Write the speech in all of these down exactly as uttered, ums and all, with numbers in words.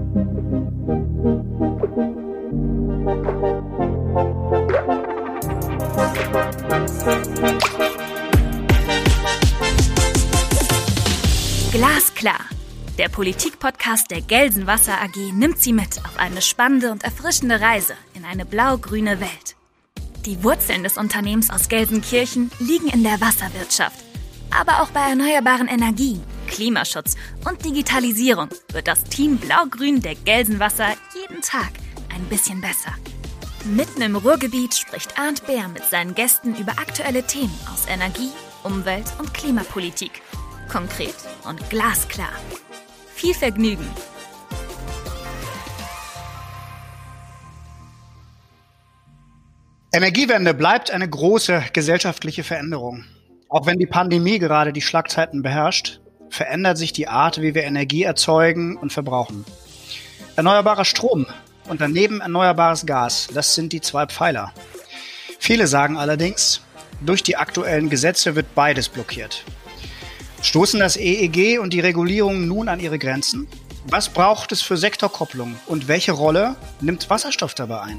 Glasklar. Der Politik-Podcast der Gelsenwasser A G nimmt Sie mit auf eine spannende und erfrischende Reise in eine blau-grüne Welt. Die Wurzeln des Unternehmens aus Gelsenkirchen liegen in der Wasserwirtschaft. Aber auch bei erneuerbaren Energien, Klimaschutz und Digitalisierung wird das Team Blau-Grün der Gelsenwasser jeden Tag ein bisschen besser. Mitten im Ruhrgebiet spricht Arndt Bär mit seinen Gästen über aktuelle Themen aus Energie, Umwelt und Klimapolitik. Konkret und glasklar. Viel Vergnügen! Energiewende bleibt eine große gesellschaftliche Veränderung. Auch wenn die Pandemie gerade die Schlagzeiten beherrscht, verändert sich die Art, wie wir Energie erzeugen und verbrauchen. Erneuerbarer Strom und daneben erneuerbares Gas, das sind die zwei Pfeiler. Viele sagen allerdings, durch die aktuellen Gesetze wird beides blockiert. Stoßen das E E G und die Regulierung nun an ihre Grenzen? Was braucht es für Sektorkopplung und welche Rolle nimmt Wasserstoff dabei ein?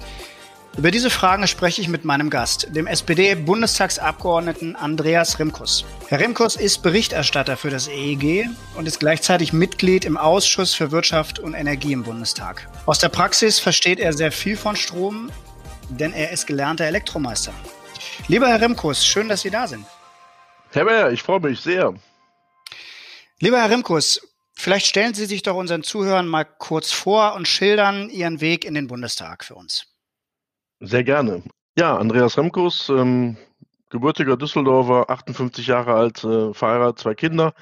Über diese Fragen spreche ich mit meinem Gast, dem S P D-Bundestagsabgeordneten Andreas Rimkus. Herr Rimkus ist Berichterstatter für das E E G und ist gleichzeitig Mitglied im Ausschuss für Wirtschaft und Energie im Bundestag. Aus der Praxis versteht er sehr viel von Strom, denn er ist gelernter Elektromeister. Lieber Herr Rimkus, schön, dass Sie da sind. Herr Bär, ich freue mich sehr. Lieber Herr Rimkus, vielleicht stellen Sie sich doch unseren Zuhörern mal kurz vor und schildern Ihren Weg in den Bundestag für uns. Sehr gerne. Ja, Andreas Rimkus, ähm, gebürtiger Düsseldorfer, achtundfünfzig Jahre alt, äh, verheiratet, zwei Kinder.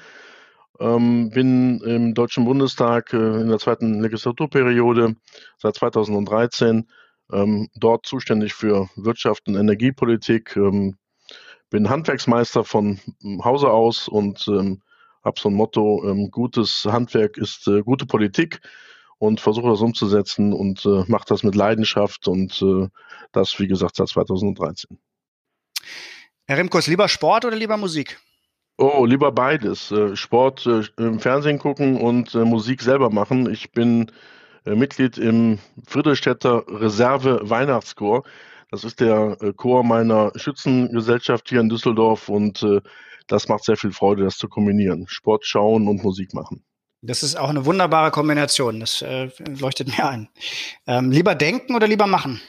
Ähm, bin im Deutschen Bundestag äh, in der zweiten Legislaturperiode seit zweitausenddreizehn ähm, dort zuständig für Wirtschaft und Energiepolitik. Ähm, bin Handwerksmeister von Hause aus und ähm, habe so ein Motto, ähm, gutes Handwerk ist äh, gute Politik, und versuche das umzusetzen und äh, mache das mit Leidenschaft und äh, das, wie gesagt, seit zweitausenddreizehn. Herr Rimkus, lieber Sport oder lieber Musik? Oh, lieber beides. Äh, Sport äh, im Fernsehen gucken und äh, Musik selber machen. Ich bin äh, Mitglied im Friedrichstädter Reserve Weihnachtschor. Das ist der äh, Chor meiner Schützengesellschaft hier in Düsseldorf und äh, das macht sehr viel Freude, das zu kombinieren. Sport schauen und Musik machen. Das ist auch eine wunderbare Kombination, das äh, leuchtet mir ein. Ähm, lieber denken oder lieber machen?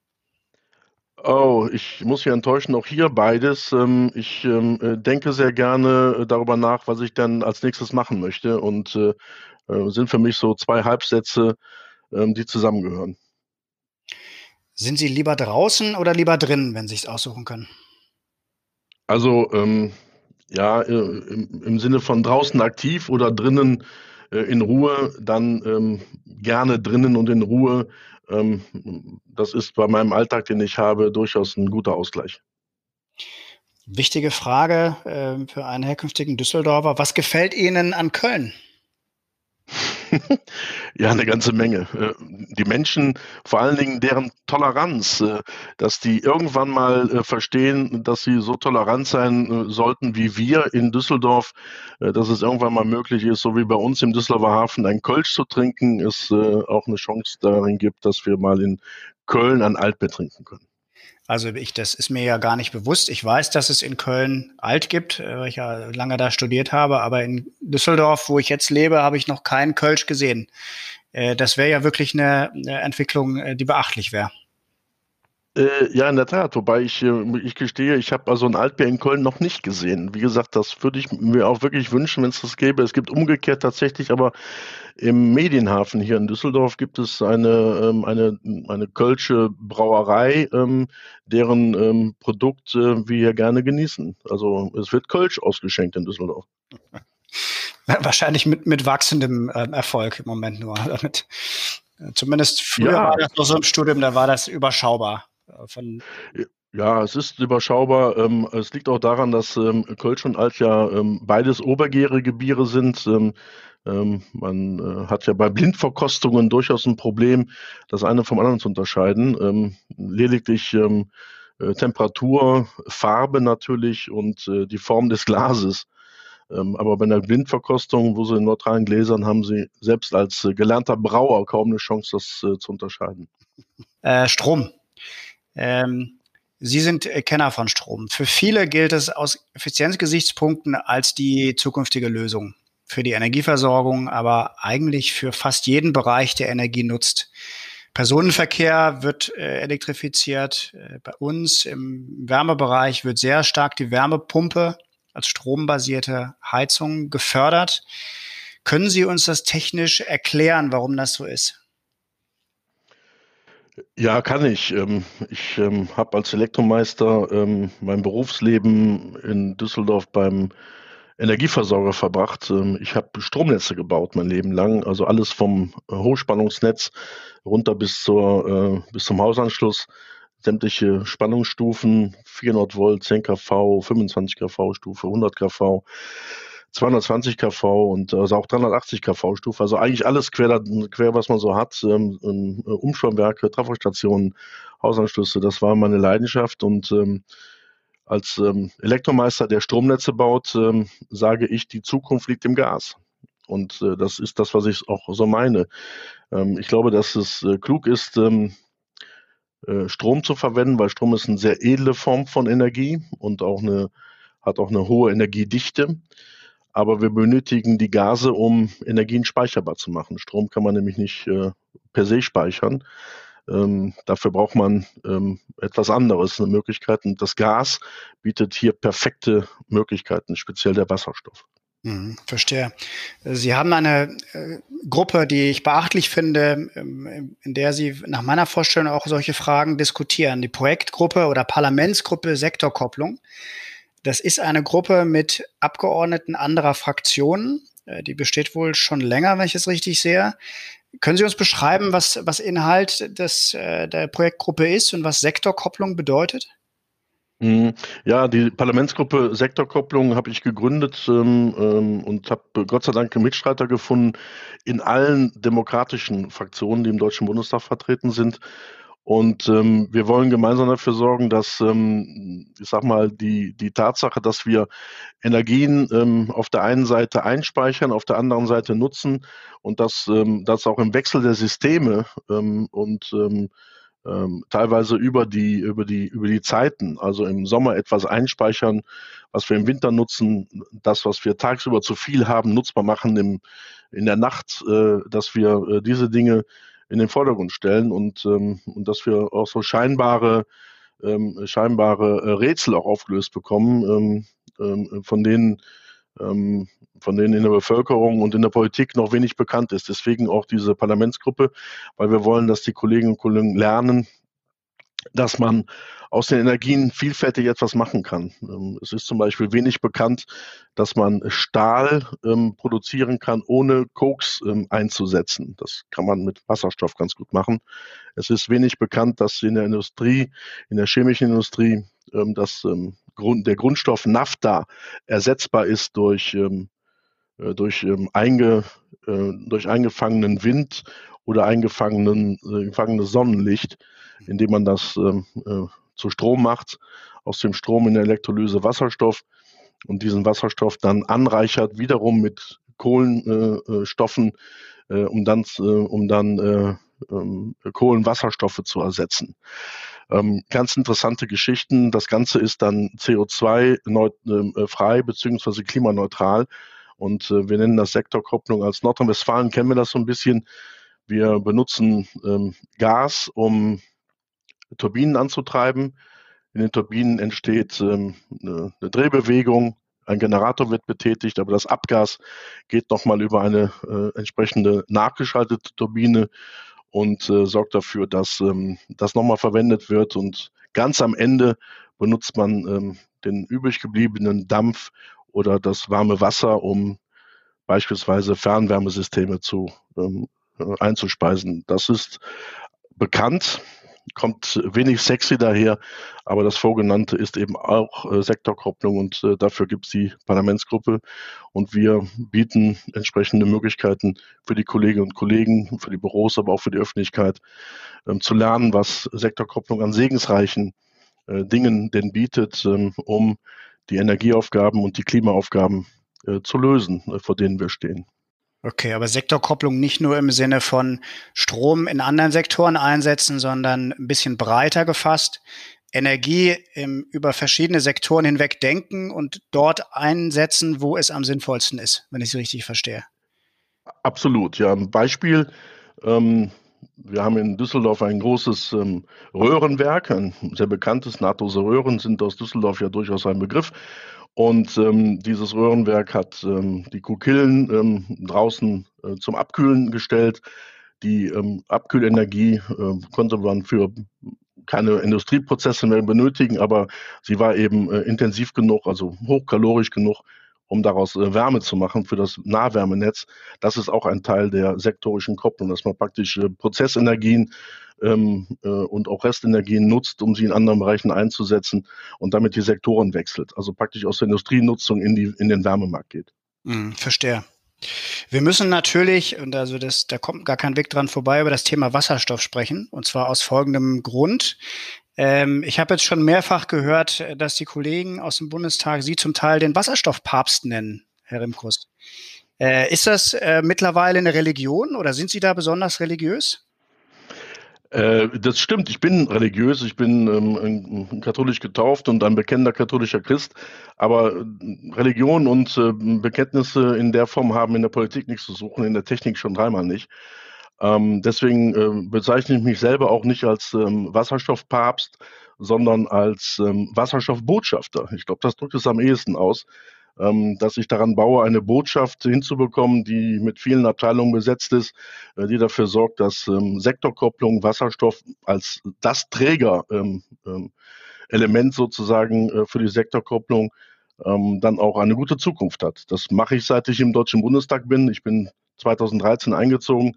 Oh, ich muss Sie enttäuschen, auch hier beides. Ähm, ich ähm, äh, denke sehr gerne äh, darüber nach, was ich dann als nächstes machen möchte und äh, äh, sind für mich so zwei Halbsätze, ähm, die zusammengehören. Sind Sie lieber draußen oder lieber drinnen, wenn Sie es aussuchen können? Also ähm, ja, äh, im, im Sinne von draußen aktiv oder drinnen äh, in Ruhe, dann ähm, gerne drinnen und in Ruhe. Ähm, das ist bei meinem Alltag, den ich habe, durchaus ein guter Ausgleich. Wichtige Frage äh, für einen herkünftigen Düsseldorfer. Was gefällt Ihnen an Köln? Ja, eine ganze Menge. Äh, Die Menschen, vor allen Dingen deren Toleranz, äh, dass die irgendwann mal äh, verstehen, dass sie so tolerant sein äh, sollten wie wir in Düsseldorf, äh, dass es irgendwann mal möglich ist, so wie bei uns im Düsseldorfer Hafen ein Kölsch zu trinken, es äh, auch eine Chance darin gibt, dass wir mal in Köln ein Altbier trinken können. Also ich, das ist mir ja gar nicht bewusst. Ich weiß, dass es in Köln Alt gibt, weil ich ja lange da studiert habe, aber in Düsseldorf, wo ich jetzt lebe, habe ich noch keinen Kölsch gesehen. Das wäre ja wirklich eine, eine Entwicklung, die beachtlich wäre. Äh, ja, in der Tat, wobei ich, äh, ich gestehe, ich habe also ein Altbier in Köln noch nicht gesehen. Wie gesagt, das würde ich mir auch wirklich wünschen, wenn es das gäbe. Es gibt umgekehrt tatsächlich, aber im Medienhafen hier in Düsseldorf gibt es eine, ähm, eine, eine kölsche Brauerei, ähm, deren ähm, Produkt äh, wir hier gerne genießen. Also es wird Kölsch ausgeschenkt in Düsseldorf. Wahrscheinlich mit, mit wachsendem ähm, Erfolg im Moment nur. Damit, äh, zumindest früher Ja. war das noch so im Studium, da war das überschaubar. Äh, Von, Ja, es ist überschaubar. Ähm, es liegt auch daran, dass ähm, Kölsch und Alt ja ähm, beides obergärige Biere sind. Ähm, ähm, man äh, hat ja bei Blindverkostungen durchaus ein Problem, das eine vom anderen zu unterscheiden. Ähm, lediglich ähm, äh, Temperatur, Farbe natürlich und äh, die Form des Glases Ähm, aber bei einer Blindverkostung, wo Sie in neutralen Gläsern, haben Sie selbst als äh, gelernter Brauer kaum eine Chance, das äh, zu unterscheiden. Äh, Strom. Ähm, Sie sind äh, Kenner von Strom. Für viele gilt es aus Effizienzgesichtspunkten als die zukünftige Lösung für die Energieversorgung, aber eigentlich für fast jeden Bereich, der Energie nutzt. Personenverkehr wird äh, elektrifiziert. Äh, bei uns im Wärmebereich wird sehr stark die Wärmepumpe als strombasierte Heizung gefördert. Können Sie uns das technisch erklären, warum das so ist? Ja, kann ich. Ähm, ich ähm, habe als Elektromeister ähm, mein Berufsleben in Düsseldorf beim Energieversorger verbracht. Ähm, ich habe Stromnetze gebaut mein Leben lang, also alles vom äh, Hochspannungsnetz runter bis zur äh, bis zum Hausanschluss, sämtliche Spannungsstufen, vierhundert Volt, zehn Kilovolt, fünfundzwanzig Kilovolt Stufe, hundert Kilovolt, zweihundertzwanzig Kilovolt und also auch dreihundertachtzig Kilovolt Stufe. Also eigentlich alles quer, da, quer was man so hat. Ähm, ähm, Umspannwerke, Trafostationen, Hausanschlüsse. Das war meine Leidenschaft und ähm, als ähm, Elektromeister, der Stromnetze baut, ähm, sage ich, die Zukunft liegt im Gas. Und äh, das ist das, was ich auch so meine. Ähm, ich glaube, dass es äh, klug ist, ähm, äh, Strom zu verwenden, weil Strom ist eine sehr edle Form von Energie und auch eine, hat auch eine hohe Energiedichte. Aber wir benötigen die Gase, um Energien speicherbar zu machen. Strom kann man nämlich nicht äh, per se speichern. Ähm, dafür braucht man ähm, etwas anderes, eine Möglichkeit. Und das Gas bietet hier perfekte Möglichkeiten, speziell der Wasserstoff. Hm, verstehe. Sie haben eine äh, Gruppe, die ich beachtlich finde, ähm, in der Sie nach meiner Vorstellung auch solche Fragen diskutieren. Die Projektgruppe oder Parlamentsgruppe Sektorkopplung. Das ist eine Gruppe mit Abgeordneten anderer Fraktionen. Äh, die besteht wohl schon länger, wenn ich es richtig sehe. Können Sie uns beschreiben, was, was Inhalt des, äh, der Projektgruppe ist und was Sektorkopplung bedeutet? Ja, die Parlamentsgruppe Sektorkopplung habe ich gegründet ähm, ähm, und habe Gott sei Dank Mitstreiter gefunden in allen demokratischen Fraktionen, die im Deutschen Bundestag vertreten sind. Und ähm, wir wollen gemeinsam dafür sorgen, dass, ähm, ich sag mal, die, die Tatsache, dass wir Energien ähm, auf der einen Seite einspeichern, auf der anderen Seite nutzen und dass ähm, das auch im Wechsel der Systeme ähm, und ähm, ähm, teilweise über die, über die, über die Zeiten, also im Sommer etwas einspeichern, was wir im Winter nutzen, das, was wir tagsüber zu viel haben, nutzbar machen im, in der Nacht, äh, dass wir äh, diese Dinge in den Vordergrund stellen und, ähm, und dass wir auch so scheinbare, ähm, scheinbare äh, Rätsel auch aufgelöst bekommen, ähm, ähm, von denen ähm, von denen in der Bevölkerung und in der Politik noch wenig bekannt ist. Deswegen auch diese Parlamentsgruppe, weil wir wollen, dass die Kolleginnen und Kollegen lernen, dass man aus den Energien vielfältig etwas machen kann. Ähm, es ist zum Beispiel wenig bekannt, dass man Stahl ähm, produzieren kann, ohne Koks ähm, einzusetzen. Das kann man mit Wasserstoff ganz gut machen. Es ist wenig bekannt, dass in der Industrie, in der chemischen Industrie, ähm, dass ähm, Grund, der Grundstoff Naphtha ersetzbar ist durch, ähm, äh, durch, ähm, einge, äh, durch eingefangenen Wind oder eingefangenen, äh, gefangenes Sonnenlicht, indem man das ähm, äh, zu Strom macht, aus dem Strom in der Elektrolyse Wasserstoff und diesen Wasserstoff dann anreichert, wiederum mit Kohlenstoffen, äh, äh, um dann, äh, um dann äh, äh, Kohlenwasserstoffe zu ersetzen. Ähm, ganz interessante Geschichten. Das Ganze ist dann C O zwei frei bzw. klimaneutral und äh, wir nennen das Sektorkopplung. Als Nordrhein-Westfalen kennen wir das so ein bisschen. Wir benutzen ähm, Gas, um Turbinen anzutreiben. In den Turbinen entsteht ähm, eine, eine Drehbewegung, ein Generator wird betätigt, aber das Abgas geht nochmal über eine äh, entsprechende nachgeschaltete Turbine und äh, sorgt dafür, dass ähm, das nochmal verwendet wird. Und ganz am Ende benutzt man ähm, den übrig gebliebenen Dampf oder das warme Wasser, um beispielsweise Fernwärmesysteme zu, ähm, einzuspeisen. Das ist bekannt, kommt wenig sexy daher, aber das Vorgenannte ist eben auch äh, Sektorkopplung und äh, dafür gibt es die Parlamentsgruppe und wir bieten entsprechende Möglichkeiten für die Kolleginnen und Kollegen, für die Büros, aber auch für die Öffentlichkeit ähm, zu lernen, was Sektorkopplung an segensreichen äh, Dingen denn bietet, ähm, um die Energieaufgaben und die Klimaaufgaben äh, zu lösen, äh, vor denen wir stehen. Okay, aber Sektorkopplung nicht nur im Sinne von Strom in anderen Sektoren einsetzen, sondern ein bisschen breiter gefasst. Energie im, über verschiedene Sektoren hinweg denken und dort einsetzen, wo es am sinnvollsten ist, wenn ich es richtig verstehe. Absolut, ja. Ein Beispiel, ähm, wir haben in Düsseldorf ein großes ähm, Röhrenwerk, ein sehr bekanntes, nahtlose Röhren sind aus Düsseldorf ja durchaus ein Begriff. Und ähm, dieses Röhrenwerk hat ähm, die Kokillen ähm, draußen äh, zum Abkühlen gestellt. Die ähm, Abkühlenergie äh, konnte man für keine Industrieprozesse mehr benötigen, aber sie war eben äh, intensiv genug, also hochkalorisch genug, um daraus äh, Wärme zu machen für das Nahwärmenetz. Das ist auch ein Teil der sektorischen Kopplung, dass man praktisch äh, Prozessenergien ähm, äh, und auch Restenergien nutzt, um sie in anderen Bereichen einzusetzen und damit die Sektoren wechselt. Also praktisch aus der Industrienutzung in, die, in den Wärmemarkt geht. Hm, verstehe. Wir müssen natürlich, und also das, da kommt gar kein Weg dran vorbei, über das Thema Wasserstoff sprechen. Und zwar aus folgendem Grund. Ähm, ich habe jetzt schon mehrfach gehört, dass die Kollegen aus dem Bundestag Sie zum Teil den Wasserstoffpapst nennen, Herr Rimkus. Äh, ist das äh, mittlerweile eine Religion oder sind Sie da besonders religiös? Äh, das stimmt, ich bin religiös, ich bin ähm, katholisch getauft und ein bekennender katholischer Christ, aber äh, Religion und äh, Bekenntnisse in der Form haben in der Politik nichts zu suchen, in der Technik schon dreimal nicht. Ähm, deswegen äh, bezeichne ich mich selber auch nicht als ähm, Wasserstoffpapst, sondern als ähm, Wasserstoffbotschafter. Ich glaube, das drückt es am ehesten aus, ähm, dass ich daran baue, eine Botschaft hinzubekommen, die mit vielen Abteilungen besetzt ist, äh, die dafür sorgt, dass ähm, Sektorkopplung, Wasserstoff als das Trägerelement ähm, ähm, sozusagen äh, für die Sektorkopplung ähm, dann auch eine gute Zukunft hat. Das mache ich, seit ich im Deutschen Bundestag bin. Ich bin zweitausenddreizehn eingezogen,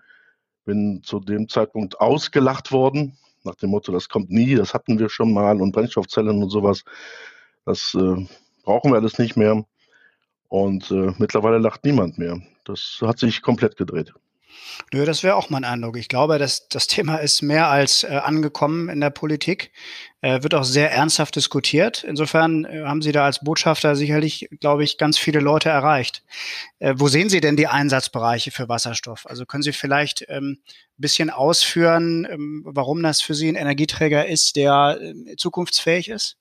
bin zu dem Zeitpunkt ausgelacht worden, nach dem Motto, das kommt nie, das hatten wir schon mal und Brennstoffzellen und sowas, das äh, brauchen wir alles nicht mehr. Und äh, mittlerweile lacht niemand mehr. Das hat sich komplett gedreht. Nö, das wäre auch mein Eindruck. Ich glaube, dass das Thema ist mehr als äh, angekommen in der Politik, äh, wird auch sehr ernsthaft diskutiert. Insofern äh, haben Sie da als Botschafter sicherlich, glaube ich, ganz viele Leute erreicht. Äh, wo sehen Sie denn die Einsatzbereiche für Wasserstoff? Also können Sie vielleicht ähm, ein bisschen ausführen, ähm, warum das für Sie ein Energieträger ist, der äh, zukunftsfähig ist?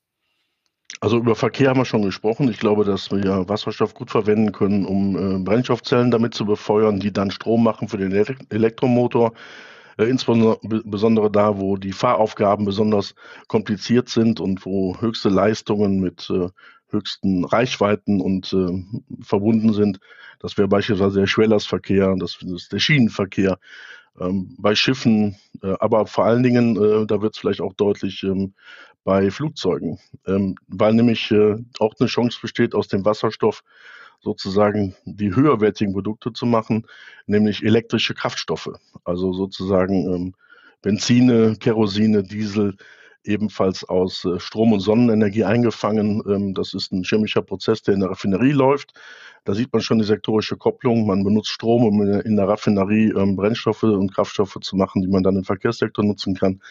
Also über Verkehr haben wir schon gesprochen. Ich glaube, dass wir ja Wasserstoff gut verwenden können, um äh, Brennstoffzellen damit zu befeuern, die dann Strom machen für den Ele- Elektromotor. Äh, insbesondere da, wo die Fahraufgaben besonders kompliziert sind und wo höchste Leistungen mit äh, höchsten Reichweiten und äh, verbunden sind. Das wäre beispielsweise der Schwerlastverkehr, das ist der Schienenverkehr. Ähm, bei Schiffen, äh, aber vor allen Dingen, äh, da wird es vielleicht auch deutlich, ähm, bei Flugzeugen, ähm, weil nämlich äh, auch eine Chance besteht, aus dem Wasserstoff sozusagen die höherwertigen Produkte zu machen, nämlich elektrische Kraftstoffe, also sozusagen ähm, Benzine, Kerosine, Diesel, ebenfalls aus äh, Strom- und Sonnenenergie eingefangen. Ähm, das ist ein chemischer Prozess, der in der Raffinerie läuft. Da sieht man schon die sektorische Kopplung. Man benutzt Strom, um in der, in der Raffinerie ähm, Brennstoffe und Kraftstoffe zu machen, die man dann im Verkehrssektor nutzen kann.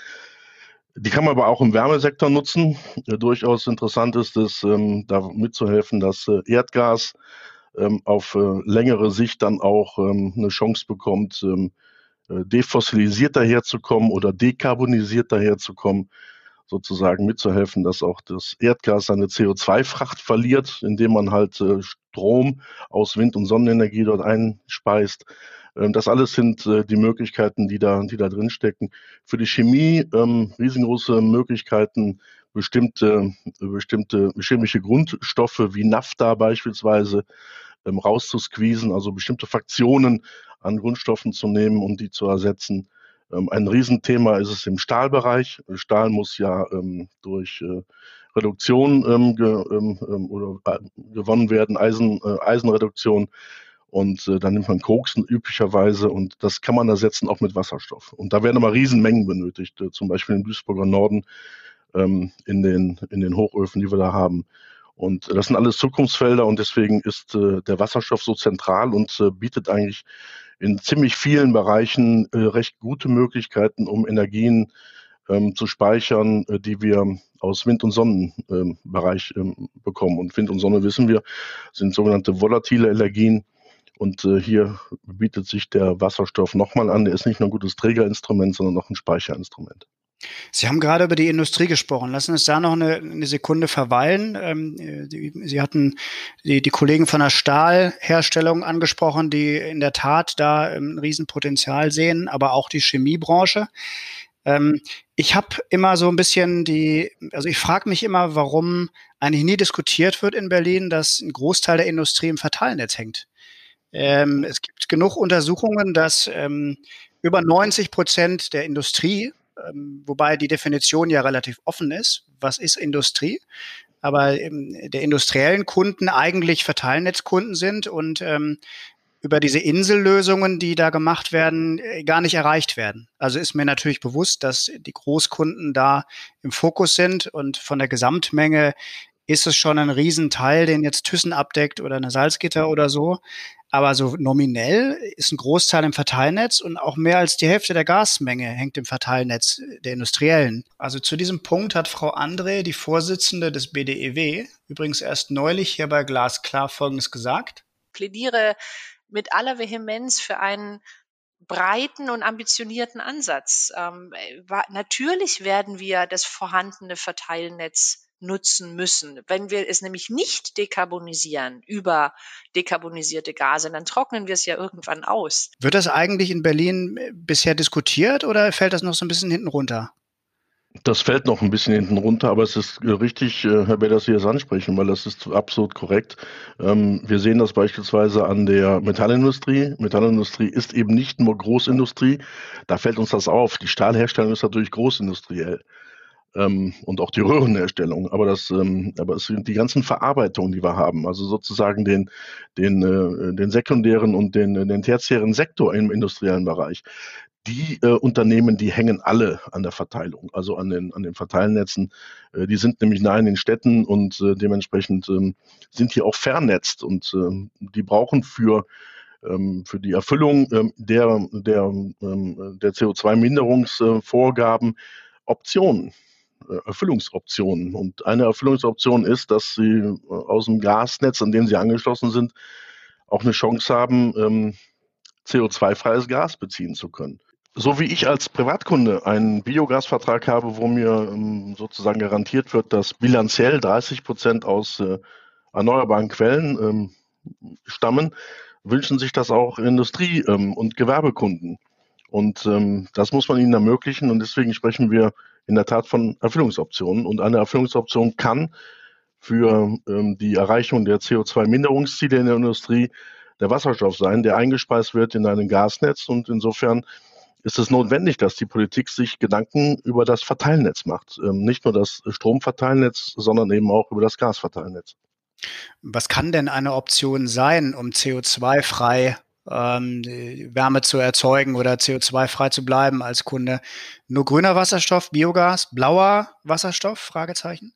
Die kann man aber auch im Wärmesektor nutzen. Ja, durchaus interessant ist es, ähm, da mitzuhelfen, dass äh, Erdgas ähm, auf äh, längere Sicht dann auch ähm, eine Chance bekommt, ähm, äh, defossilisiert daherzukommen oder dekarbonisiert daherzukommen, sozusagen mitzuhelfen, dass auch das Erdgas seine C O zwei Fracht verliert, indem man halt äh, Strom aus Wind- und Sonnenenergie dort einspeist. Ähm, das alles sind äh, die Möglichkeiten, die da, die da drin stecken. Für die Chemie ähm, riesengroße Möglichkeiten, bestimmte, bestimmte chemische Grundstoffe wie Naphtha beispielsweise ähm, rauszusqueezen, also bestimmte Fraktionen an Grundstoffen zu nehmen und die zu ersetzen. Ähm, ein Riesenthema ist es im Stahlbereich. Stahl muss ja ähm, durch äh, Reduktion ähm, ge, ähm, oder äh, gewonnen werden, Eisen, äh, Eisenreduktion. Und äh, dann nimmt man Koks üblicherweise und das kann man ersetzen auch mit Wasserstoff. Und da werden aber Riesenmengen benötigt, äh, zum Beispiel im Duisburger Norden ähm, in, den, in den Hochöfen, die wir da haben. Und äh, das sind alles Zukunftsfelder und deswegen ist äh, der Wasserstoff so zentral und äh, bietet eigentlich in ziemlich vielen Bereichen äh, recht gute Möglichkeiten, um Energien ähm, zu speichern, äh, die wir aus Wind- und Sonnenbereich ähm, bekommen. Und Wind und Sonne, wissen wir, sind sogenannte volatile Energien. Und äh, hier bietet sich der Wasserstoff nochmal an. Der ist nicht nur ein gutes Trägerinstrument, sondern auch ein Speicherinstrument. Sie haben gerade über die Industrie gesprochen. Lassen uns da noch eine, eine Sekunde verweilen. Ähm, die, Sie hatten die, die Kollegen von der Stahlherstellung angesprochen, die in der Tat da ein Riesenpotenzial sehen, aber auch die Chemiebranche. Ähm, ich habe immer so ein bisschen die, also ich frage mich immer, warum eigentlich nie diskutiert wird in Berlin, dass ein Großteil der Industrie im Verteilnetz hängt. Ähm, es gibt genug Untersuchungen, dass ähm, über neunzig Prozent der Industrie, ähm, wobei die Definition ja relativ offen ist, was ist Industrie, aber ähm, der industriellen Kunden eigentlich Verteilnetzkunden sind und ähm, über diese Insellösungen, die da gemacht werden, äh, gar nicht erreicht werden. Also ist mir natürlich bewusst, dass die Großkunden da im Fokus sind und von der Gesamtmenge ist es schon ein Riesenteil, den jetzt Thyssen abdeckt oder eine Salzgitter oder so. Aber so nominell ist ein Großteil im Verteilnetz und auch mehr als die Hälfte der Gasmenge hängt im Verteilnetz der Industriellen. Also zu diesem Punkt hat Frau André, die Vorsitzende des B D E W, übrigens erst neulich hier bei Glasklar Folgendes gesagt. Ich plädiere mit aller Vehemenz für einen breiten und ambitionierten Ansatz. Ähm, natürlich werden wir das vorhandene Verteilnetz nutzen müssen. Wenn wir es nämlich nicht dekarbonisieren über dekarbonisierte Gase, dann trocknen wir es ja irgendwann aus. Wird das eigentlich in Berlin bisher diskutiert oder fällt das noch so ein bisschen hinten runter? Das fällt noch ein bisschen hinten runter, aber es ist richtig, Herr Bär, dass Sie das ansprechen, weil das ist absolut korrekt. Wir sehen das beispielsweise an der Metallindustrie. Metallindustrie ist eben nicht nur Großindustrie. Da fällt uns das auf. Die Stahlherstellung ist natürlich großindustriell. Ähm, und auch die Röhrenherstellung. Aber das, ähm, aber es sind die ganzen Verarbeitungen, die wir haben, also sozusagen den, den, äh, den sekundären und den, den tertiären Sektor im industriellen Bereich. Die äh, Unternehmen, die hängen alle an der Verteilung, also an den, an den Verteilnetzen. Äh, die sind nämlich nah in den Städten und äh, dementsprechend ähm, sind die auch vernetzt und äh, die brauchen für ähm, für die Erfüllung ähm, der, der, ähm, der C O zwei Minderungsvorgaben Optionen. Erfüllungsoptionen. Und eine Erfüllungsoption ist, dass Sie aus dem Gasnetz, an dem Sie angeschlossen sind, auch eine Chance haben, C O zwei freies Gas beziehen zu können. So wie ich als Privatkunde einen Biogasvertrag habe, wo mir sozusagen garantiert wird, dass bilanziell dreißig Prozent aus erneuerbaren Quellen stammen, wünschen sich das auch Industrie- und Gewerbekunden. Und das muss man ihnen ermöglichen. Und deswegen sprechen wir in der Tat von Erfüllungsoptionen. Und eine Erfüllungsoption kann für ähm, die Erreichung der C O zwei Minderungsziele in der Industrie der Wasserstoff sein, der eingespeist wird in ein Gasnetz. Und insofern ist es notwendig, dass die Politik sich Gedanken über das Verteilnetz macht. Ähm, nicht nur das Stromverteilnetz, sondern eben auch über das Gasverteilnetz. Was kann denn eine Option sein, um C O zwei frei ähm, Wärme zu erzeugen oder C O zwei frei zu bleiben als Kunde? Nur grüner Wasserstoff, Biogas, blauer Wasserstoff? Fragezeichen.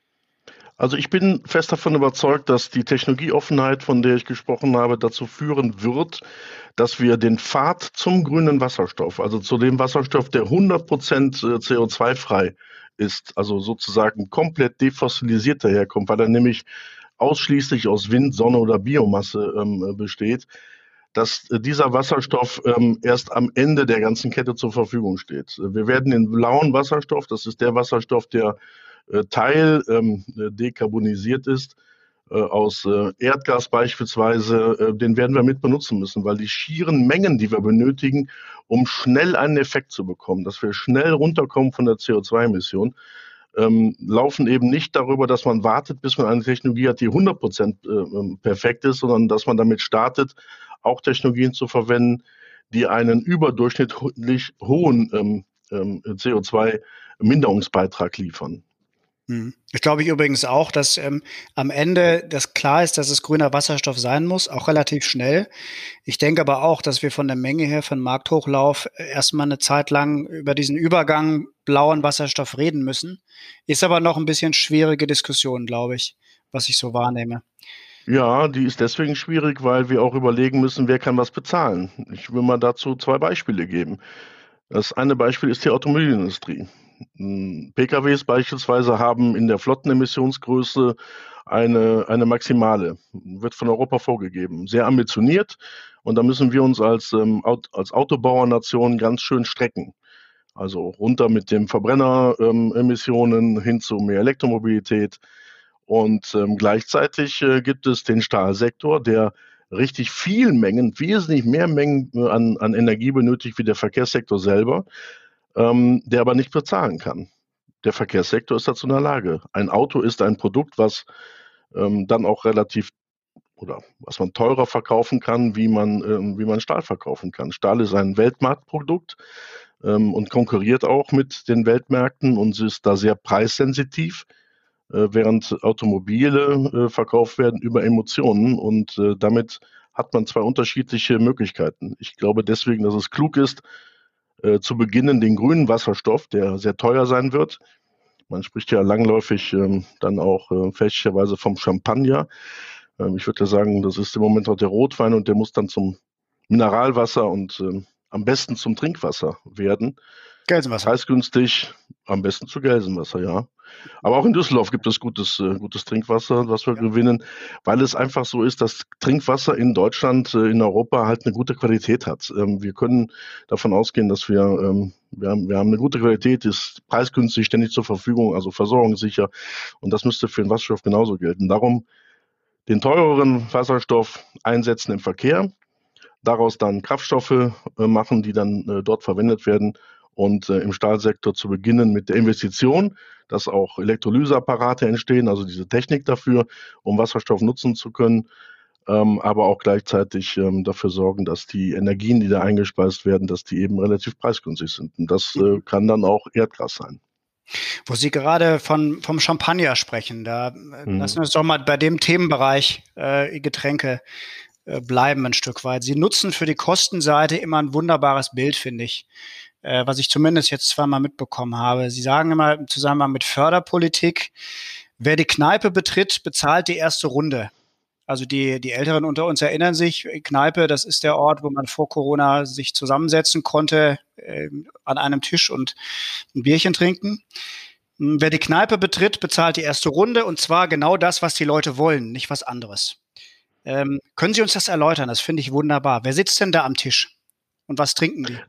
Also ich bin fest davon überzeugt, dass die Technologieoffenheit, von der ich gesprochen habe, dazu führen wird, dass wir den Pfad zum grünen Wasserstoff, also zu dem Wasserstoff, der hundert Prozent C O zwei frei ist, also sozusagen komplett defossilisiert daherkommt, weil er nämlich ausschließlich aus Wind, Sonne oder Biomasse ähm, besteht, dass dieser Wasserstoff ähm, erst am Ende der ganzen Kette zur Verfügung steht. Wir werden den blauen Wasserstoff, das ist der Wasserstoff, der äh, Teil ähm, dekarbonisiert ist, äh, aus äh, Erdgas beispielsweise, äh, den werden wir mit benutzen müssen, weil die schieren Mengen, die wir benötigen, um schnell einen Effekt zu bekommen, dass wir schnell runterkommen von der C O zwei Emission, ähm, laufen eben nicht darüber, dass man wartet, bis man eine Technologie hat, die hundert Prozent äh, perfekt ist, sondern dass man damit startet, auch Technologien zu verwenden, die einen überdurchschnittlich hohen ähm, ähm, C O zwei Minderungsbeitrag liefern. Ich glaube ich übrigens auch, dass ähm, am Ende das klar ist, dass es grüner Wasserstoff sein muss, auch relativ schnell. Ich denke aber auch, dass wir von der Menge her, von Markthochlauf, erstmal eine Zeit lang über diesen Übergang blauen Wasserstoff reden müssen. Ist aber noch ein bisschen schwierige Diskussion, glaube ich, was ich so wahrnehme. Ja, die ist deswegen schwierig, weil wir auch überlegen müssen, wer kann was bezahlen. Ich will mal dazu zwei Beispiele geben. Das eine Beispiel ist die Automobilindustrie. P K Ws beispielsweise haben in der Flottenemissionsgröße eine, eine Maximale, wird von Europa vorgegeben, sehr ambitioniert. Und da müssen wir uns als, ähm, als Autobauernation ganz schön strecken. Also runter mit den Verbrenneremissionen ähm, hin zu mehr Elektromobilität. Und ähm, gleichzeitig äh, gibt es den Stahlsektor, der richtig viel Mengen, wesentlich mehr Mengen äh, an, an Energie benötigt wie der Verkehrssektor selber, ähm, der aber nicht bezahlen kann. Der Verkehrssektor ist dazu in der Lage. Ein Auto ist ein Produkt, was ähm, dann auch relativ oder was man teurer verkaufen kann, wie man, ähm, wie man Stahl verkaufen kann. Stahl ist ein Weltmarktprodukt ähm, und konkurriert auch mit den Weltmärkten und ist da sehr preissensitiv, äh, während Automobile äh, verkauft werden über Emotionen und äh, damit hat man zwei unterschiedliche Möglichkeiten. Ich glaube deswegen, dass es klug ist, äh, zu beginnen, den grünen Wasserstoff, der sehr teuer sein wird. Man spricht ja langläufig ähm, dann auch äh, fälschlicherweise vom Champagner. Ähm, ich würde ja sagen, das ist im Moment auch der Rotwein und der muss dann zum Mineralwasser und ähm, am besten zum Trinkwasser werden. Gelsenwasser. Preisgünstig, am besten zu Gelsenwasser, ja. Aber auch in Düsseldorf gibt es gutes, äh, gutes Trinkwasser, was wir ja. gewinnen, weil es einfach so ist, dass Trinkwasser in Deutschland, äh, in Europa halt eine gute Qualität hat. Ähm, wir können davon ausgehen, dass wir, ähm, wir, haben, wir haben eine gute Qualität, ist preisgünstig, ständig zur Verfügung, also versorgungssicher. Und das müsste für den Wasserstoff genauso gelten. Darum den teureren Wasserstoff einsetzen im Verkehr, daraus dann Kraftstoffe äh, machen, die dann äh, dort verwendet werden. Und äh, im Stahlsektor zu beginnen mit der Investition, dass auch Elektrolyseapparate entstehen, also diese Technik dafür, um Wasserstoff nutzen zu können, ähm, aber auch gleichzeitig ähm, dafür sorgen, dass die Energien, die da eingespeist werden, dass die eben relativ preisgünstig sind. Und das äh, kann dann auch Erdgas sein. Wo Sie gerade von, vom Champagner sprechen, da mhm. lassen wir uns doch mal bei dem Themenbereich äh, Getränke äh, bleiben ein Stück weit. Sie nutzen für die Kostenseite immer ein wunderbares Bild, finde ich. Äh, was ich zumindest jetzt zweimal mitbekommen habe. Sie sagen immer im Zusammenhang mit Förderpolitik, wer die Kneipe betritt, bezahlt die erste Runde. Also die, die Älteren unter uns erinnern sich, Kneipe, das ist der Ort, wo man vor Corona sich zusammensetzen konnte, äh, an einem Tisch und ein Bierchen trinken. Wer die Kneipe betritt, bezahlt die erste Runde und zwar genau das, was die Leute wollen, nicht was anderes. Ähm, können Sie uns das erläutern? Das finde ich wunderbar. Wer sitzt denn da am Tisch und was trinken die?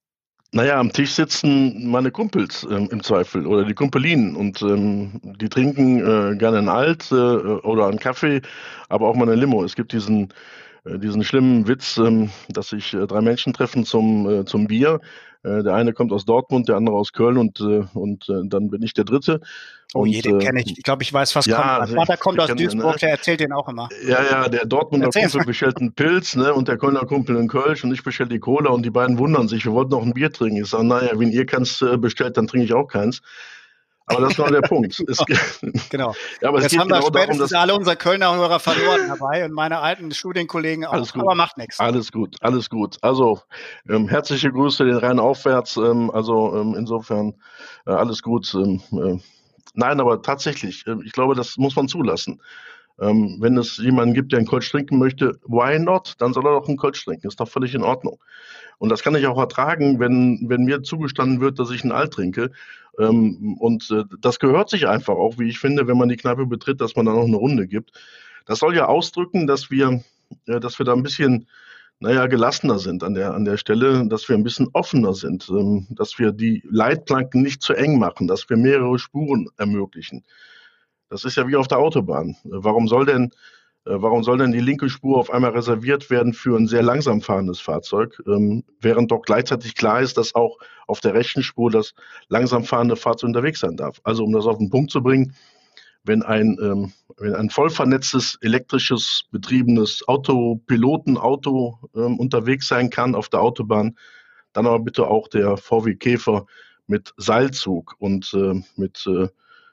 Naja, am Tisch sitzen meine Kumpels ähm, im Zweifel oder die Kumpelinen und ähm, die trinken äh, gerne einen Alt äh, oder einen Kaffee, aber auch mal eine Limo. Es gibt diesen, äh, diesen schlimmen Witz, ähm, dass sich äh, drei Menschen treffen zum, äh, zum Bier. Äh, der eine kommt aus Dortmund, der andere aus Köln und, äh, und äh, dann bin ich der Dritte. Oh und, je, den kenne ich. Ich glaube, ich weiß, was ja, kommt. Mein Vater kommt aus kenn, Duisburg, ne? Der erzählt den auch immer. Ja, ja, der Dortmunder Erzähl Kumpel mal. bestellt einen Pilz, ne, und der Kölner Kumpel einen Kölsch und ich bestelle die Cola und die beiden wundern sich, wir wollten noch ein Bier trinken. Ich sage, naja, wenn ihr keins äh, bestellt, dann trinke ich auch keins. Aber das war der Punkt. Es, Genau. ja, aber es Jetzt geht haben wir genau darum, spätestens dass alle unsere Kölner Hörer verloren dabei und meine alten Studienkollegen auch. Alles gut. Aber macht nichts. Alles gut, alles gut. Also ähm, herzliche Grüße den Rhein aufwärts. Ähm, also ähm, insofern äh, alles gut. Ähm, äh, nein, aber tatsächlich, äh, ich glaube, das muss man zulassen. Ähm, wenn es jemanden gibt, der einen Kölsch trinken möchte, why not? Dann soll er doch einen Kölsch trinken. Ist doch völlig in Ordnung. Und das kann ich auch ertragen, wenn, wenn mir zugestanden wird, dass ich einen Alt trinke. Ähm, und äh, das gehört sich einfach auch, wie ich finde, wenn man die Kneipe betritt, dass man da noch eine Runde gibt. Das soll ja ausdrücken, dass wir, äh, dass wir da ein bisschen, naja, gelassener sind an der, an der Stelle, dass wir ein bisschen offener sind, ähm, dass wir die Leitplanken nicht zu eng machen, dass wir mehrere Spuren ermöglichen. Das ist ja wie auf der Autobahn. Warum soll denn, äh, warum soll denn die linke Spur auf einmal reserviert werden für ein sehr langsam fahrendes Fahrzeug, ähm, während doch gleichzeitig klar ist, dass auch auf der rechten Spur das langsam fahrende Fahrzeug unterwegs sein darf. Also um das auf den Punkt zu bringen, wenn ein, ähm, wenn ein voll vernetztes, elektrisches, betriebenes Autopilotenauto ähm, unterwegs sein kann auf der Autobahn, dann aber bitte auch der V W Käfer mit Seilzug und äh, mit äh,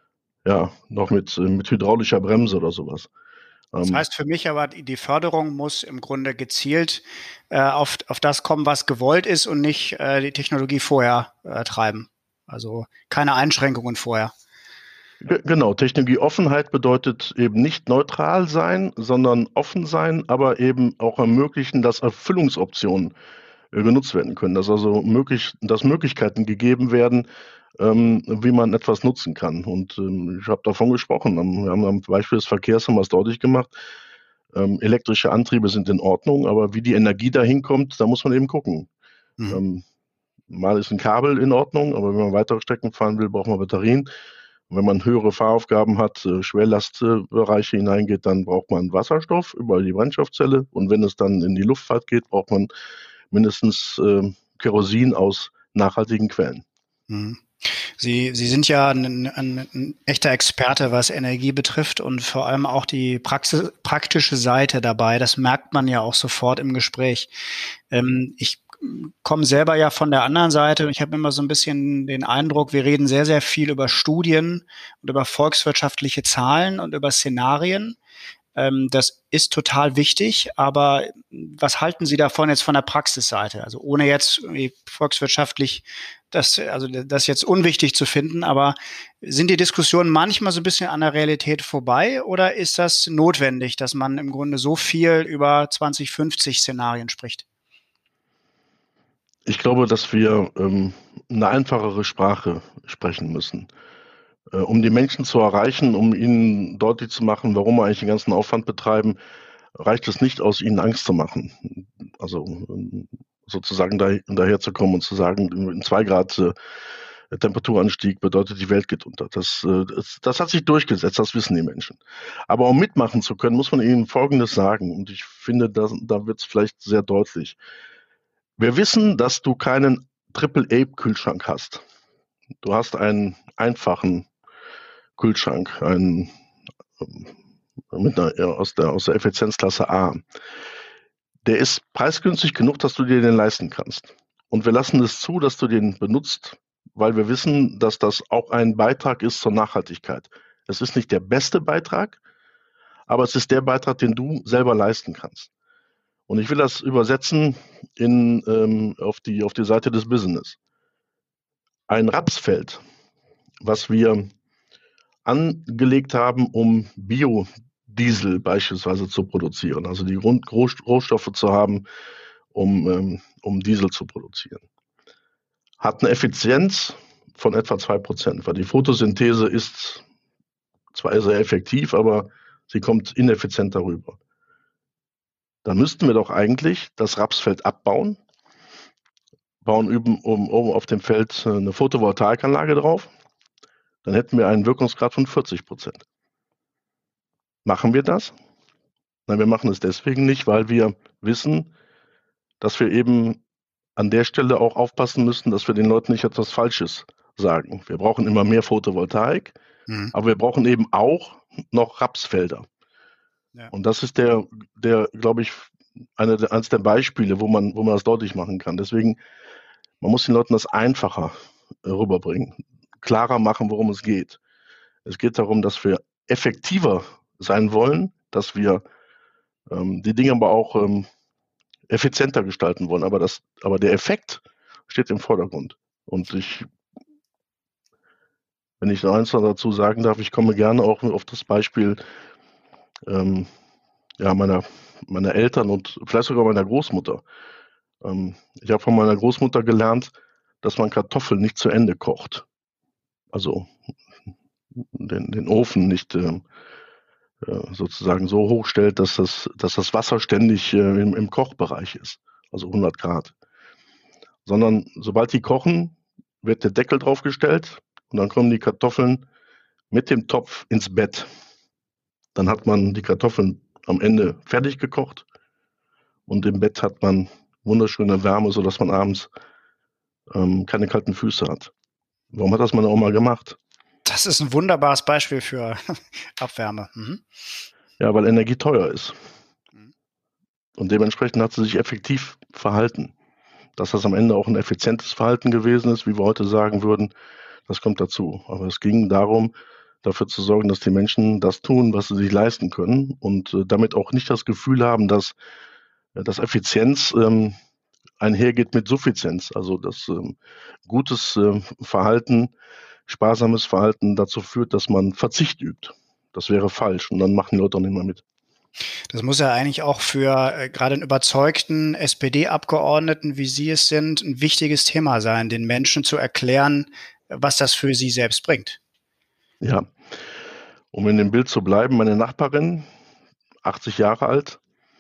ja, noch mit, mit hydraulischer Bremse oder sowas. Das heißt für mich aber, die Förderung muss im Grunde gezielt äh, auf, auf das kommen, was gewollt ist und nicht äh, die Technologie vorher äh, treiben. Also keine Einschränkungen vorher. G- Genau, Technologieoffenheit bedeutet eben nicht neutral sein, sondern offen sein, aber eben auch ermöglichen, dass Erfüllungsoptionen äh, genutzt werden können. Dass also möglich, dass Möglichkeiten gegeben werden, ähm, wie man etwas nutzen kann. Und ähm, ich habe davon gesprochen. Wir haben am Beispiel des Verkehrs haben wir es deutlich gemacht. Ähm, elektrische Antriebe sind in Ordnung, aber wie die Energie dahin kommt, da muss man eben gucken. Mhm. Ähm, mal ist ein Kabel in Ordnung, aber wenn man weitere Strecken fahren will, braucht man Batterien. Und wenn man höhere Fahraufgaben hat, äh, Schwerlastbereiche hineingeht, dann braucht man Wasserstoff über die Brennstoffzelle. Und wenn es dann in die Luftfahrt geht, braucht man mindestens äh, Kerosin aus nachhaltigen Quellen. Mhm. Sie, Sie sind ja ein, ein, ein echter Experte, was Energie betrifft und vor allem auch die Praxis, praktische Seite dabei. Das merkt man ja auch sofort im Gespräch. Ähm, ich komme selber ja von der anderen Seite und ich habe immer so ein bisschen den Eindruck, wir reden sehr, sehr viel über Studien und über volkswirtschaftliche Zahlen und über Szenarien. Ähm, das ist total wichtig, aber was halten Sie davon jetzt von der Praxisseite? Also ohne jetzt volkswirtschaftlich das, also das jetzt unwichtig zu finden, aber sind die Diskussionen manchmal so ein bisschen an der Realität vorbei oder ist das notwendig, dass man im Grunde so viel über zwanzig fünfzig Szenarien spricht? Ich glaube, dass wir ähm, eine einfachere Sprache sprechen müssen. Äh, um die Menschen zu erreichen, um ihnen deutlich zu machen, warum wir eigentlich den ganzen Aufwand betreiben, reicht es nicht aus, ihnen Angst zu machen. Also ähm, sozusagen da, daherzukommen und zu sagen, ein zwei Grad äh, Temperaturanstieg bedeutet, die Welt geht unter. Das, äh, das, das hat sich durchgesetzt, das wissen die Menschen. Aber um mitmachen zu können, muss man ihnen Folgendes sagen. Und ich finde, da, da wird es vielleicht sehr deutlich. Wir wissen, dass du keinen Triple A Kühlschrank hast. Du hast einen einfachen Kühlschrank, einen mit einer, aus, der, aus der Effizienzklasse A. Der ist preisgünstig genug, dass du dir den leisten kannst. Und wir lassen es zu, dass du den benutzt, weil wir wissen, dass das auch ein Beitrag ist zur Nachhaltigkeit. Es ist nicht der beste Beitrag, aber es ist der Beitrag, den du selber leisten kannst. Und ich will das übersetzen in, ähm, auf, die, auf die Seite des Business. Ein Rapsfeld, was wir angelegt haben, um Biodiesel beispielsweise zu produzieren, also die Grund- Rohstoffe zu haben, um, ähm, um Diesel zu produzieren, hat eine Effizienz von etwa zwei Prozent, weil die Photosynthese ist zwar sehr effektiv, aber sie kommt ineffizient darüber. Dann müssten wir doch eigentlich das Rapsfeld abbauen, bauen üben, um, oben auf dem Feld eine Photovoltaikanlage drauf, dann hätten wir einen Wirkungsgrad von vierzig Prozent. Machen wir das? Nein, wir machen es deswegen nicht, weil wir wissen, dass wir eben an der Stelle auch aufpassen müssen, dass wir den Leuten nicht etwas Falsches sagen. Wir brauchen immer mehr Photovoltaik, mhm. aber wir brauchen eben auch noch Rapsfelder. Ja. Und das ist der, der, glaube ich, eine, eines der Beispiele, wo man, wo man das deutlich machen kann. Deswegen, man muss den Leuten das einfacher rüberbringen, klarer machen, worum es geht. Es geht darum, dass wir effektiver sein wollen, dass wir ähm, die Dinge aber auch ähm, effizienter gestalten wollen. Aber, das, aber der Effekt steht im Vordergrund. Und ich, wenn ich noch eins dazu sagen darf, ich komme gerne auch auf das Beispiel ähm, ja, meiner, meiner Eltern und vielleicht sogar meiner Großmutter. Ähm, ich habe von meiner Großmutter gelernt, dass man Kartoffeln nicht zu Ende kocht. Also den, den Ofen nicht äh, sozusagen so hoch stellt, dass das, dass das Wasser ständig äh, im, im Kochbereich ist, also hundert Grad. Sondern sobald die kochen, wird der Deckel draufgestellt und dann kommen die Kartoffeln mit dem Topf ins Bett. Dann hat man die Kartoffeln am Ende fertig gekocht und im Bett hat man wunderschöne Wärme, sodass man abends ähm, keine kalten Füße hat. Warum hat das meine Oma gemacht? Das ist ein wunderbares Beispiel für Abwärme. Mhm. Ja, weil Energie teuer ist. Und dementsprechend hat sie sich effektiv verhalten. Dass das am Ende auch ein effizientes Verhalten gewesen ist, wie wir heute sagen würden, das kommt dazu. Aber es ging darum, dafür zu sorgen, dass die Menschen das tun, was sie sich leisten können und äh, damit auch nicht das Gefühl haben, dass, äh, dass Effizienz ähm, einhergeht mit Suffizienz. Also dass ähm, gutes äh, Verhalten, sparsames Verhalten dazu führt, dass man Verzicht übt. Das wäre falsch und dann machen die Leute auch nicht mehr mit. Das muss ja eigentlich auch für äh, gerade einen überzeugten S P D-Abgeordneten, wie Sie es sind, ein wichtiges Thema sein, den Menschen zu erklären, was das für sie selbst bringt. Ja, um in dem Bild zu bleiben, meine Nachbarin, achtzig Jahre alt,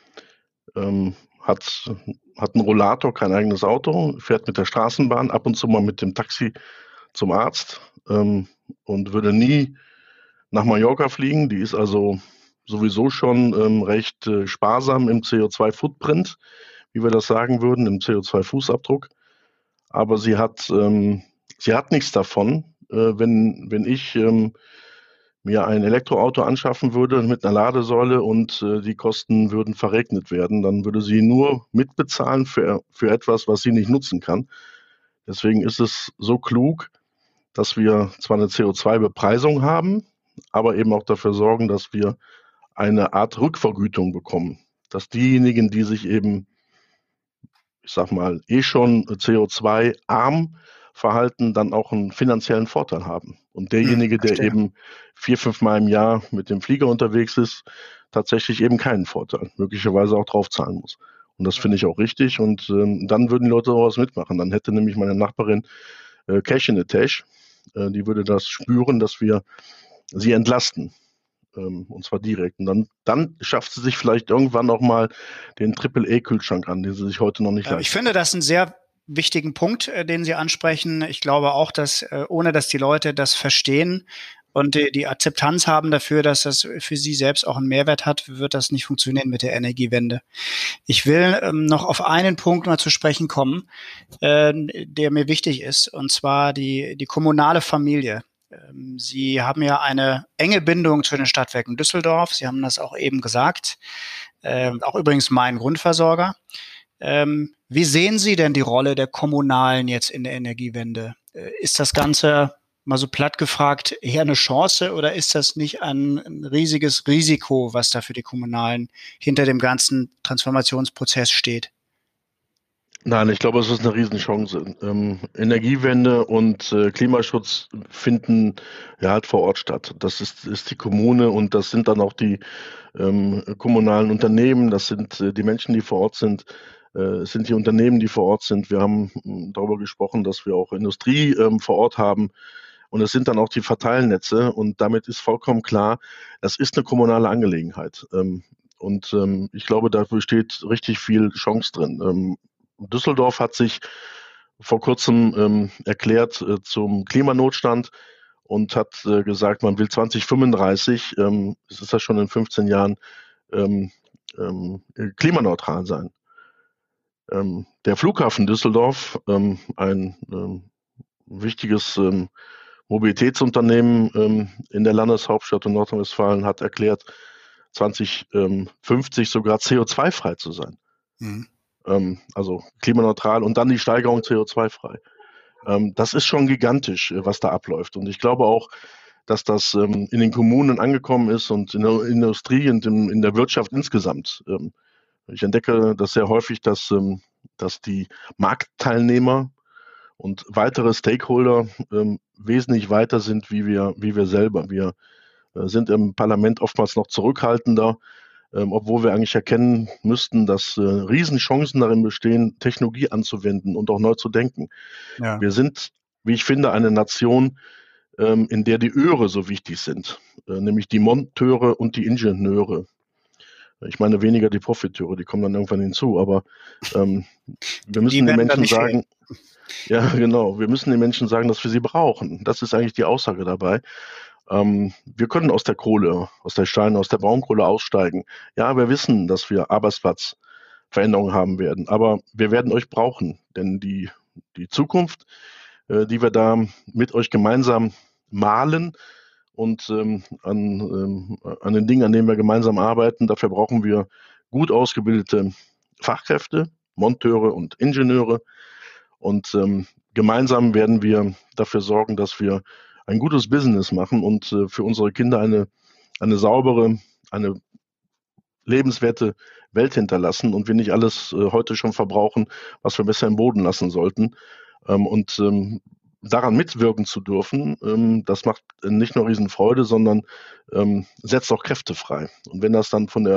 ähm, hat, hat einen Rollator, kein eigenes Auto, fährt mit der Straßenbahn, ab und zu mal mit dem Taxi zum Arzt ähm, und würde nie nach Mallorca fliegen. Die ist also sowieso schon ähm, recht äh, sparsam im C O zwei Footprint, wie wir das sagen würden, im C O zwei Fußabdruck. Aber sie hat, ähm, sie hat nichts davon, äh, wenn, wenn ich ähm, mir ein Elektroauto anschaffen würde mit einer Ladesäule und äh, die Kosten würden verregnet werden. Dann würde sie nur mitbezahlen für, für etwas, was sie nicht nutzen kann. Deswegen ist es so klug, dass wir zwar eine C O zwei Bepreisung haben, aber eben auch dafür sorgen, dass wir eine Art Rückvergütung bekommen. Dass diejenigen, die sich eben, ich sag mal, eh schon C O zwei arm verhalten, dann auch einen finanziellen Vorteil haben. Und derjenige, der eben vier, fünf Mal im Jahr mit dem Flieger unterwegs ist, tatsächlich eben keinen Vorteil, möglicherweise auch drauf zahlen muss. Und das finde ich auch richtig. Und ähm, dann würden die Leute sowas mitmachen. Dann hätte nämlich meine Nachbarin äh, Cash in the Tash. Äh, die würde das spüren, dass wir sie entlasten. Ähm, und zwar direkt. Und dann, dann schafft sie sich vielleicht irgendwann auch mal den Triple-A-Kühlschrank an, den sie sich heute noch nicht leisten. Ich finde das einen sehr wichtigen Punkt, äh, den Sie ansprechen. Ich glaube auch, dass äh, ohne dass die Leute das verstehen und die, die Akzeptanz haben dafür, dass das für sie selbst auch einen Mehrwert hat, wird das nicht funktionieren mit der Energiewende. Ich will ähm, noch auf einen Punkt mal zu sprechen kommen, äh, der mir wichtig ist, und zwar die, die kommunale Familie. Ähm, Sie haben ja eine enge Bindung zu den Stadtwerken Düsseldorf. Sie haben das auch eben gesagt. Äh, auch übrigens mein Grundversorger. Ähm, wie sehen Sie denn die Rolle der Kommunalen jetzt in der Energiewende? Äh, ist das Ganze, mal so platt gefragt, eher eine Chance oder ist das nicht ein, ein riesiges Risiko, was da für die Kommunalen hinter dem ganzen Transformationsprozess steht? Nein, ich glaube, es ist eine Riesenchance. Ähm, Energiewende und äh, Klimaschutz finden ja halt vor Ort statt. Das ist, ist die Kommune und das sind dann auch die ähm, kommunalen Unternehmen, das sind äh, die Menschen, die vor Ort sind. Es sind die Unternehmen, die vor Ort sind. Wir haben darüber gesprochen, dass wir auch Industrie ähm, vor Ort haben. Und es sind dann auch die Verteilnetze. Und damit ist vollkommen klar, das ist eine kommunale Angelegenheit. Ähm, und ähm, ich glaube, da besteht richtig viel Chance drin. Ähm, Düsseldorf hat sich vor kurzem ähm, erklärt äh, zum Klimanotstand und hat äh, gesagt, man will zwanzig fünfunddreißig, ähm, es ist ja schon in fünfzehn Jahren, ähm, ähm, klimaneutral sein. Ähm, der Flughafen Düsseldorf, ähm, ein ähm, wichtiges ähm, Mobilitätsunternehmen ähm, in der Landeshauptstadt in Nordrhein-Westfalen, hat erklärt, zwanzig fünfzig sogar C O zwei frei zu sein. Mhm. Ähm, also klimaneutral und dann die Steigerung C O zwei frei. Ähm, das ist schon gigantisch, was da abläuft. Und ich glaube auch, dass das ähm, in den Kommunen angekommen ist und in der Industrie und in, in der Wirtschaft insgesamt. Ähm, Ich entdecke das sehr häufig, dass, dass die Marktteilnehmer und weitere Stakeholder ähm, wesentlich weiter sind, wie wir, wie wir selber. Wir äh, sind im Parlament oftmals noch zurückhaltender, ähm, obwohl wir eigentlich erkennen müssten, dass äh, Riesenchancen darin bestehen, Technologie anzuwenden und auch neu zu denken. Ja. Wir sind, wie ich finde, eine Nation, ähm, in der die Öre so wichtig sind, äh, nämlich die Monteure und die Ingenieure. Ich meine weniger die Profiteure, die kommen dann irgendwann hinzu, aber ähm, wir müssen den Menschen sagen, ja genau, wir müssen den Menschen sagen, dass wir sie brauchen. Das ist eigentlich die Aussage dabei. Ähm, wir können aus der Kohle, aus der Stein, aus der Braunkohle aussteigen. Ja, wir wissen, dass wir Arbeitsplatzveränderungen haben werden, aber wir werden euch brauchen, denn die, die Zukunft, äh, die wir da mit euch gemeinsam malen, und ähm, an, ähm, an den Dingen, an denen wir gemeinsam arbeiten. Dafür brauchen wir gut ausgebildete Fachkräfte, Monteure und Ingenieure. Und ähm, gemeinsam werden wir dafür sorgen, dass wir ein gutes Business machen und äh, für unsere Kinder eine, eine saubere, eine lebenswerte Welt hinterlassen und wir nicht alles äh, heute schon verbrauchen, was wir besser im Boden lassen sollten. Ähm, und ähm, daran mitwirken zu dürfen, ähm, das macht nicht nur Riesenfreude, sondern ähm, setzt auch Kräfte frei. Und wenn das dann von der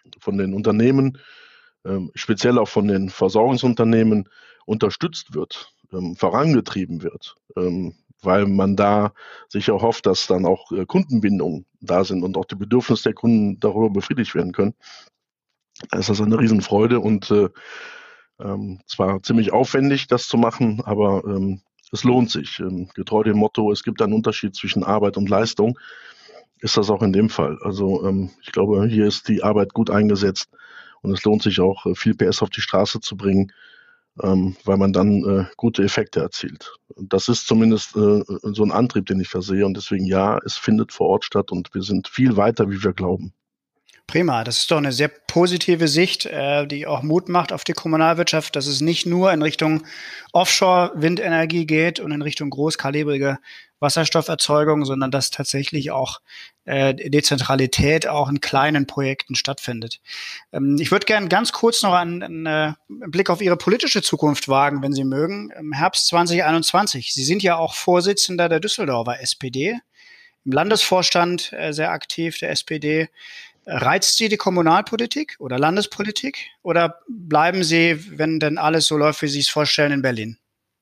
von den Unternehmen, ähm, speziell auch von den Versorgungsunternehmen, unterstützt wird, ähm, vorangetrieben wird, ähm, weil man da sich auch hofft, dass dann auch äh, Kundenbindungen da sind und auch die Bedürfnisse der Kunden darüber befriedigt werden können. Da ist das eine Riesenfreude und äh, ähm, zwar ziemlich aufwendig, das zu machen, aber ähm, es lohnt sich. Ähm, getreu dem Motto, es gibt einen Unterschied zwischen Arbeit und Leistung, ist das auch in dem Fall. Also ähm, ich glaube, hier ist die Arbeit gut eingesetzt und es lohnt sich auch, äh, viel P S auf die Straße zu bringen, ähm, weil man dann äh, gute Effekte erzielt. Und das ist zumindest äh, so ein Antrieb, den ich versehe. Und deswegen ja, es findet vor Ort statt und wir sind viel weiter, wie wir glauben. Prima, das ist doch eine sehr positive Sicht, äh, die auch Mut macht auf die Kommunalwirtschaft, dass es nicht nur in Richtung Offshore-Windenergie geht und in Richtung großkalibrige Wasserstofferzeugung, sondern dass tatsächlich auch äh, Dezentralität auch in kleinen Projekten stattfindet. Ähm, ich würde gerne ganz kurz noch einen, einen, einen Blick auf Ihre politische Zukunft wagen, wenn Sie mögen. Im Herbst zwanzig einundzwanzig. Sie sind ja auch Vorsitzender der Düsseldorfer S P D, im Landesvorstand äh, sehr aktiv der S P D. Reizt Sie die Kommunalpolitik oder Landespolitik oder bleiben Sie, wenn denn alles so läuft, wie Sie es vorstellen, in Berlin?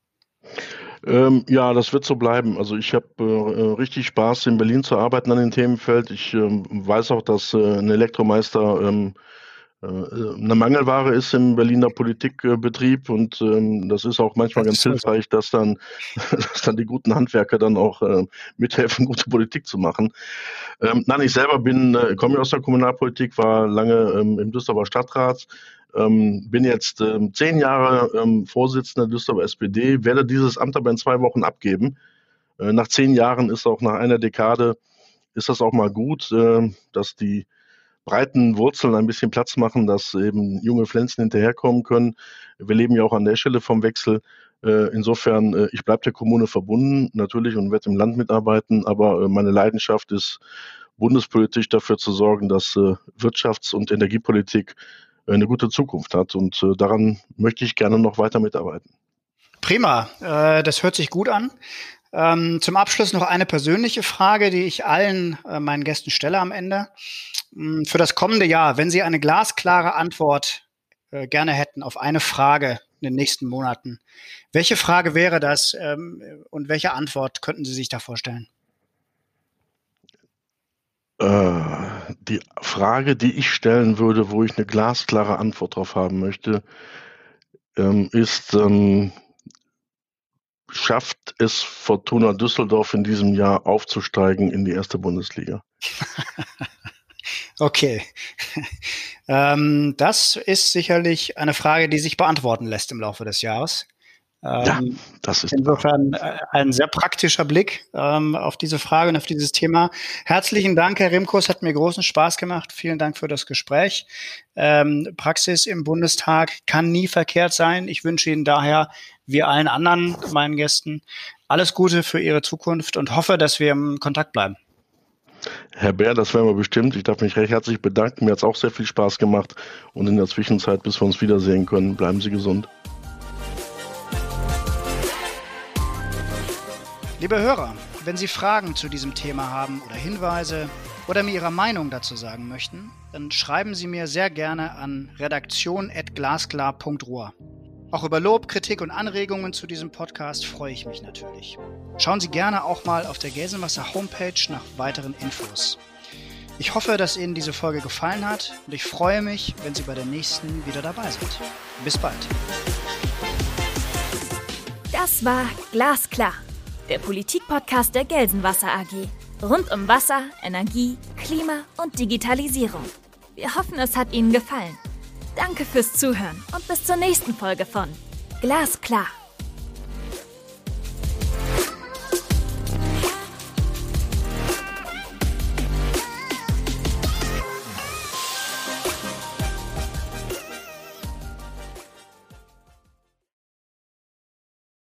Ähm, ja, das wird so bleiben. Also ich habe äh, richtig Spaß, in Berlin zu arbeiten an dem Themenfeld. Ich ähm, weiß auch, dass äh, ein Elektromeister ähm, äh, eine Mangelware ist im Berliner Politikbetrieb äh, und ähm, das ist auch manchmal das ganz hilfreich, so. dass dann, dass dann die guten Handwerker dann auch äh, mithelfen, gute Politik zu machen. Ähm, nein, ich selber bin, äh, komme aus der Kommunalpolitik, war lange ähm, im Düsseldorfer Stadtrat, ähm, bin jetzt ähm, zehn Jahre ähm, Vorsitzender der Düsseldorfer S P D, werde dieses Amt aber in zwei Wochen abgeben. Äh, nach zehn Jahren ist auch nach einer Dekade, ist das auch mal gut, äh, dass die breiten Wurzeln ein bisschen Platz machen, dass eben junge Pflänzchen hinterherkommen können. Wir leben ja auch an der Stelle vom Wechsel. Insofern, ich bleibe der Kommune verbunden, natürlich, und werde im Land mitarbeiten, aber meine Leidenschaft ist, bundespolitisch dafür zu sorgen, dass Wirtschafts- und Energiepolitik eine gute Zukunft hat. Und daran möchte ich gerne noch weiter mitarbeiten. Prima, das hört sich gut an. Ähm, zum Abschluss noch eine persönliche Frage, die ich allen äh, meinen Gästen stelle am Ende. Ähm, für das kommende Jahr, wenn Sie eine glasklare Antwort äh, gerne hätten auf eine Frage in den nächsten Monaten, welche Frage wäre das ähm, und welche Antwort könnten Sie sich da vorstellen? Äh, die Frage, die ich stellen würde, wo ich eine glasklare Antwort drauf haben möchte, ähm, ist, ähm, schafft es Fortuna Düsseldorf in diesem Jahr aufzusteigen in die erste Bundesliga? Okay. ähm, das ist sicherlich eine Frage, die sich beantworten lässt im Laufe des Jahres. Ähm, ja, das ist insofern äh, ein sehr praktischer Blick ähm, auf diese Frage und auf dieses Thema. Herzlichen Dank, Herr Rimkus, hat mir großen Spaß gemacht. Vielen Dank für das Gespräch. Ähm, Praxis im Bundestag kann nie verkehrt sein. Ich wünsche Ihnen daher, wie allen anderen meinen Gästen, alles Gute für Ihre Zukunft und hoffe, dass wir im Kontakt bleiben. Herr Bär, das werden wir bestimmt. Ich darf mich recht herzlich bedanken. Mir hat es auch sehr viel Spaß gemacht. Und in der Zwischenzeit, bis wir uns wiedersehen können, bleiben Sie gesund. Liebe Hörer, wenn Sie Fragen zu diesem Thema haben oder Hinweise oder mir Ihre Meinung dazu sagen möchten, dann schreiben Sie mir sehr gerne an redaktion at glasklar punkt ruhr. Auch über Lob, Kritik und Anregungen zu diesem Podcast freue ich mich natürlich. Schauen Sie gerne auch mal auf der Gelsenwasser Homepage nach weiteren Infos. Ich hoffe, dass Ihnen diese Folge gefallen hat und ich freue mich, wenn Sie bei der nächsten wieder dabei sind. Bis bald. Das war Glasklar, der Politik-Podcast der Gelsenwasser A G. Rund um Wasser, Energie, Klima und Digitalisierung. Wir hoffen, es hat Ihnen gefallen. Danke fürs Zuhören und bis zur nächsten Folge von Glasklar.